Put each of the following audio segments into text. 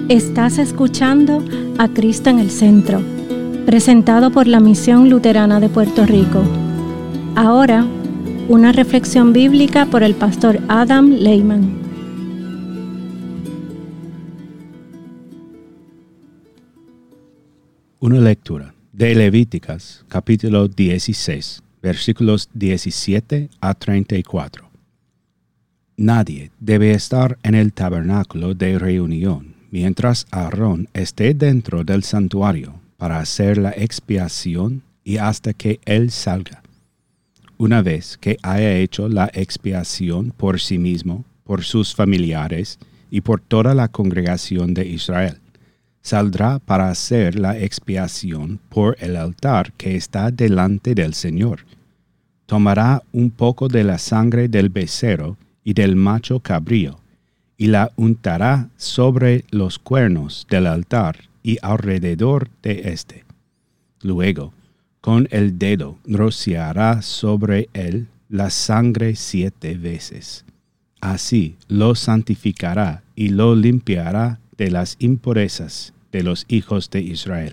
Estás escuchando a Cristo en el Centro, presentado por la Misión Luterana de Puerto Rico. Ahora, una reflexión bíblica por el pastor Adam Lehman. Una lectura de Levíticas, capítulo 16, versículos 17 a 34. Nadie debe estar en el tabernáculo de reunión mientras Aarón esté dentro del santuario para hacer la expiación y hasta que él salga. Una vez que haya hecho la expiación por sí mismo, por sus familiares y por toda la congregación de Israel, saldrá para hacer la expiación por el altar que está delante del Señor. Tomará un poco de la sangre del becerro y del macho cabrío, y la untará sobre los cuernos del altar y alrededor de éste. Luego, con el dedo rociará sobre él la sangre 7 veces. Así lo santificará y lo limpiará de las impurezas de los hijos de Israel.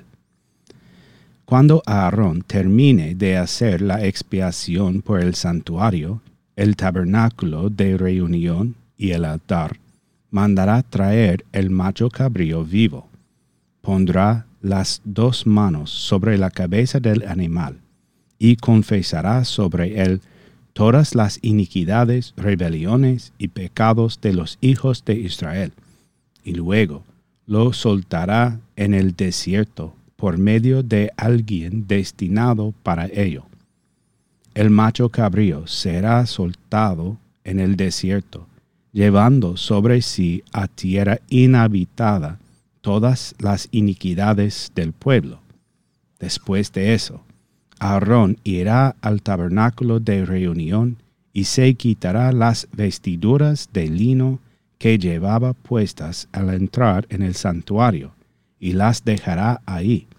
Cuando Aarón termine de hacer la expiación por el santuario, el tabernáculo de reunión y el altar, mandará traer el macho cabrío vivo. Pondrá las 2 manos sobre la cabeza del animal y confesará sobre él todas las iniquidades, rebeliones y pecados de los hijos de Israel. Y luego lo soltará en el desierto por medio de alguien destinado para ello. El macho cabrío será soltado en el desierto, llevando sobre sí a tierra inhabitada todas las iniquidades del pueblo. Después de eso, Aarón irá al tabernáculo de reunión y se quitará las vestiduras de lino que llevaba puestas al entrar en el santuario, y las dejará ahí.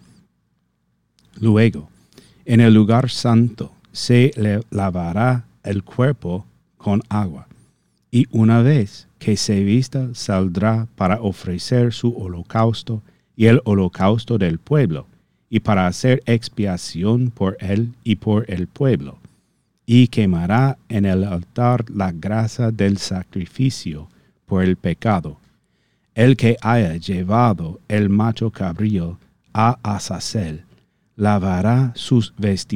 Luego, en el lugar santo, se le lavará el cuerpo con agua, y una vez que se vista saldrá para ofrecer su holocausto y el holocausto del pueblo, y para hacer expiación por él y por el pueblo, y quemará en el altar la grasa del sacrificio por el pecado. El que haya llevado el macho cabrío a Azazel lavará sus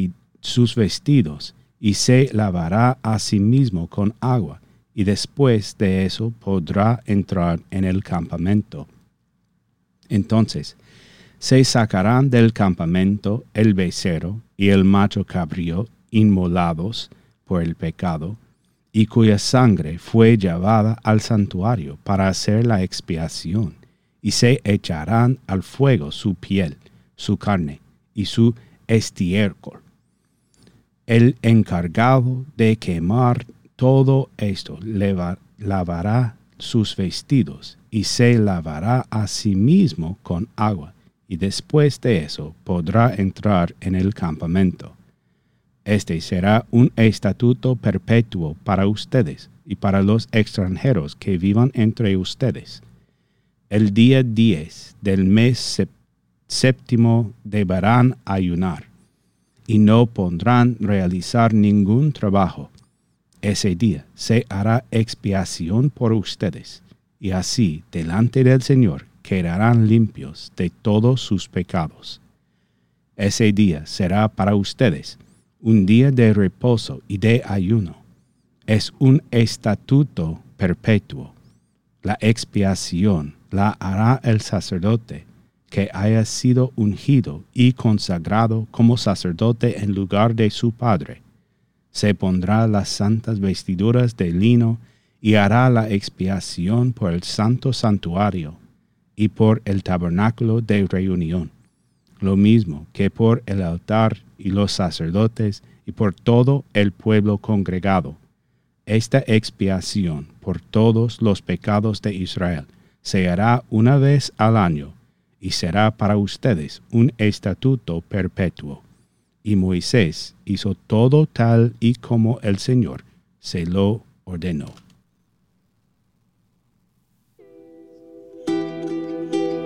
vestidos y se lavará a sí mismo con agua, y después de eso podrá entrar en el campamento. Entonces se sacarán del campamento el becerro y el macho cabrío inmolados por el pecado, y cuya sangre fue llevada al santuario para hacer la expiación, y se echarán al fuego su piel, su carne y su estiércol. El encargado de quemar todo esto lavará sus vestidos y se lavará a sí mismo con agua, y después de eso podrá entrar en el campamento. Este será un estatuto perpetuo para ustedes y para los extranjeros que vivan entre ustedes. El día 10 del mes séptimo deberán ayunar, y no podrán realizar ningún trabajo. Ese día se hará expiación por ustedes, y así delante del Señor quedarán limpios de todos sus pecados. Ese día será para ustedes un día de reposo y de ayuno. Es un estatuto perpetuo. La expiación la hará el sacerdote que haya sido ungido y consagrado como sacerdote en lugar de su padre. Se pondrá las santas vestiduras de lino y hará la expiación por el santo santuario y por el tabernáculo de reunión, lo mismo que por el altar y los sacerdotes y por todo el pueblo congregado. Esta expiación por todos los pecados de Israel se hará una vez al año, y será para ustedes un estatuto perpetuo. Y Moisés hizo todo tal y como el Señor se lo ordenó.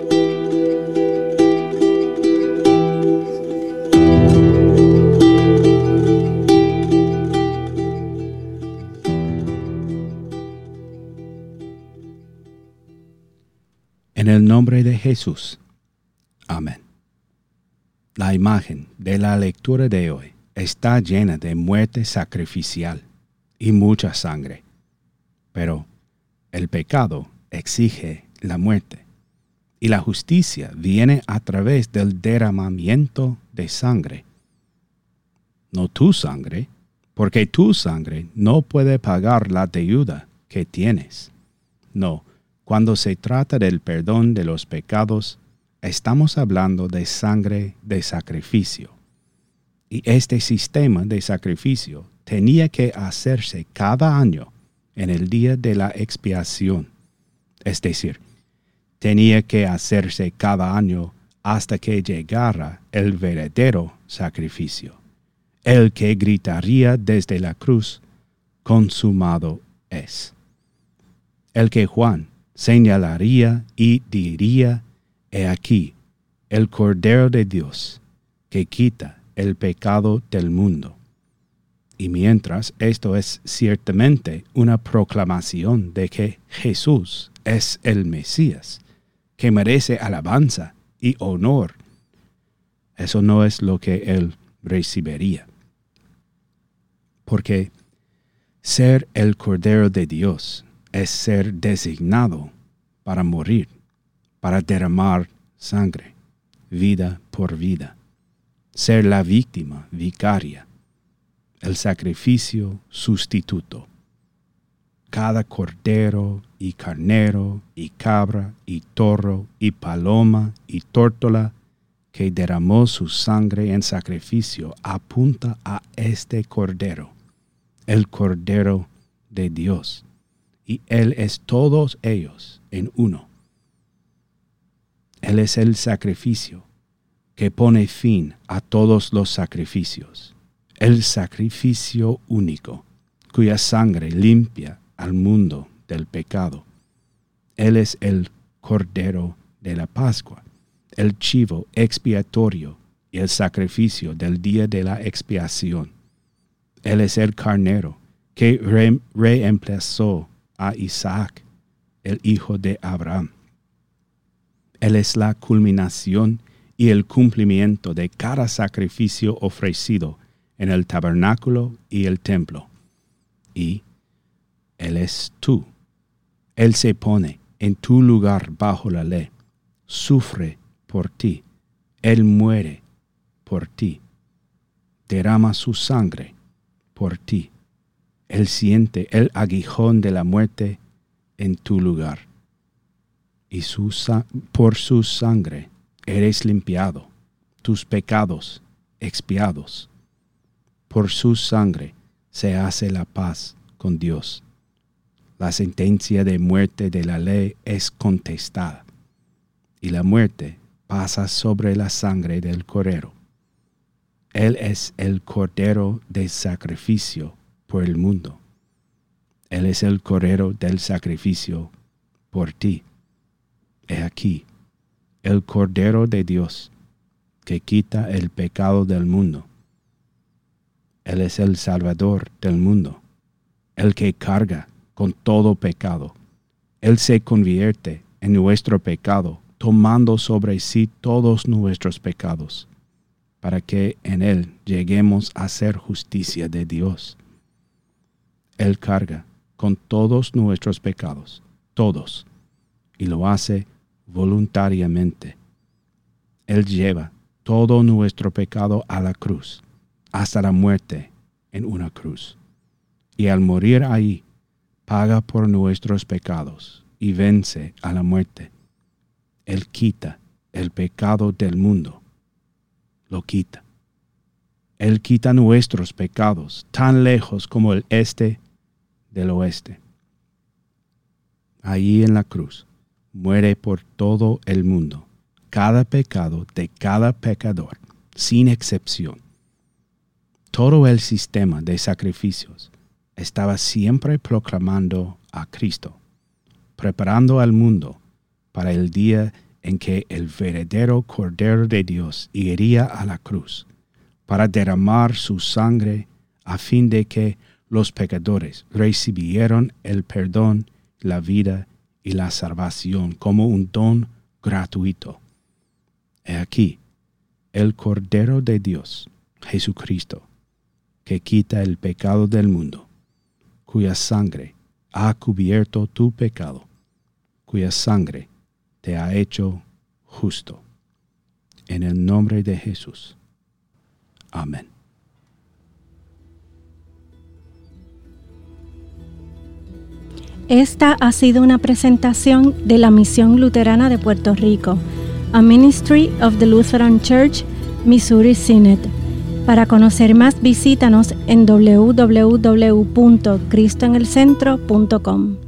En el nombre de Jesús. Amén. La imagen de la lectura de hoy está llena de muerte sacrificial y mucha sangre. Pero el pecado exige la muerte, y la justicia viene a través del derramamiento de sangre. No tu sangre, porque tu sangre no puede pagar la deuda que tienes. No, cuando se trata del perdón de los pecados, estamos hablando de sangre de sacrificio. Y este sistema de sacrificio tenía que hacerse cada año en el día de la expiación. Es decir, tenía que hacerse cada año hasta que llegara el verdadero sacrificio, el que gritaría desde la cruz, consumado es. El que Juan señalaría y diría, he aquí, el Cordero de Dios, que quita el pecado del mundo. Y mientras esto es ciertamente una proclamación de que Jesús es el Mesías, que merece alabanza y honor, eso no es lo que él recibiría. Porque ser el Cordero de Dios es ser designado para morir, para derramar sangre, vida por vida, ser la víctima vicaria, el sacrificio sustituto. Cada cordero y carnero y cabra y toro y paloma y tórtola que derramó su sangre en sacrificio apunta a este cordero, el Cordero de Dios, y Él es todos ellos en uno. Él es el sacrificio que pone fin a todos los sacrificios, el sacrificio único, cuya sangre limpia al mundo del pecado. Él es el Cordero de la Pascua, el chivo expiatorio y el sacrificio del día de la expiación. Él es el carnero que reemplazó a Isaac, el hijo de Abraham. Él es la culminación y el cumplimiento de cada sacrificio ofrecido en el tabernáculo y el templo. Y Él es tú. Él se pone en tu lugar bajo la ley, sufre por ti, Él muere por ti, derrama su sangre por ti. Él siente el aguijón de la muerte en tu lugar. Y por su sangre eres limpiado, tus pecados expiados. Por su sangre se hace la paz con Dios. La sentencia de muerte de la ley es contestada, y la muerte pasa sobre la sangre del Cordero. Él es el Cordero de sacrificio por el mundo. Él es el Cordero del sacrificio por ti. He aquí, el Cordero de Dios, que quita el pecado del mundo. Él es el Salvador del mundo, el que carga con todo pecado. Él se convierte en nuestro pecado, tomando sobre sí todos nuestros pecados, para que en Él lleguemos a ser justicia de Dios. Él carga con todos nuestros pecados, todos, y lo hace voluntariamente. Él lleva todo nuestro pecado a la cruz, hasta la muerte en una cruz. Y al morir ahí, paga por nuestros pecados y vence a la muerte. Él quita el pecado del mundo. Lo quita. Él quita nuestros pecados tan lejos como el este del oeste. Allí en la cruz muere por todo el mundo, cada pecado de cada pecador, sin excepción. Todo el sistema de sacrificios estaba siempre proclamando a Cristo, preparando al mundo para el día en que el verdadero Cordero de Dios iría a la cruz para derramar su sangre a fin de que los pecadores recibieran el perdón, la vida y la salvación como un don gratuito. He aquí, el Cordero de Dios, Jesucristo, que quita el pecado del mundo, cuya sangre ha cubierto tu pecado, cuya sangre te ha hecho justo. En el nombre de Jesús. Amén. Esta ha sido una presentación de la Misión Luterana de Puerto Rico, a Ministry of the Lutheran Church, Missouri Synod. Para conocer más, visítanos en www.cristoenelcentro.com.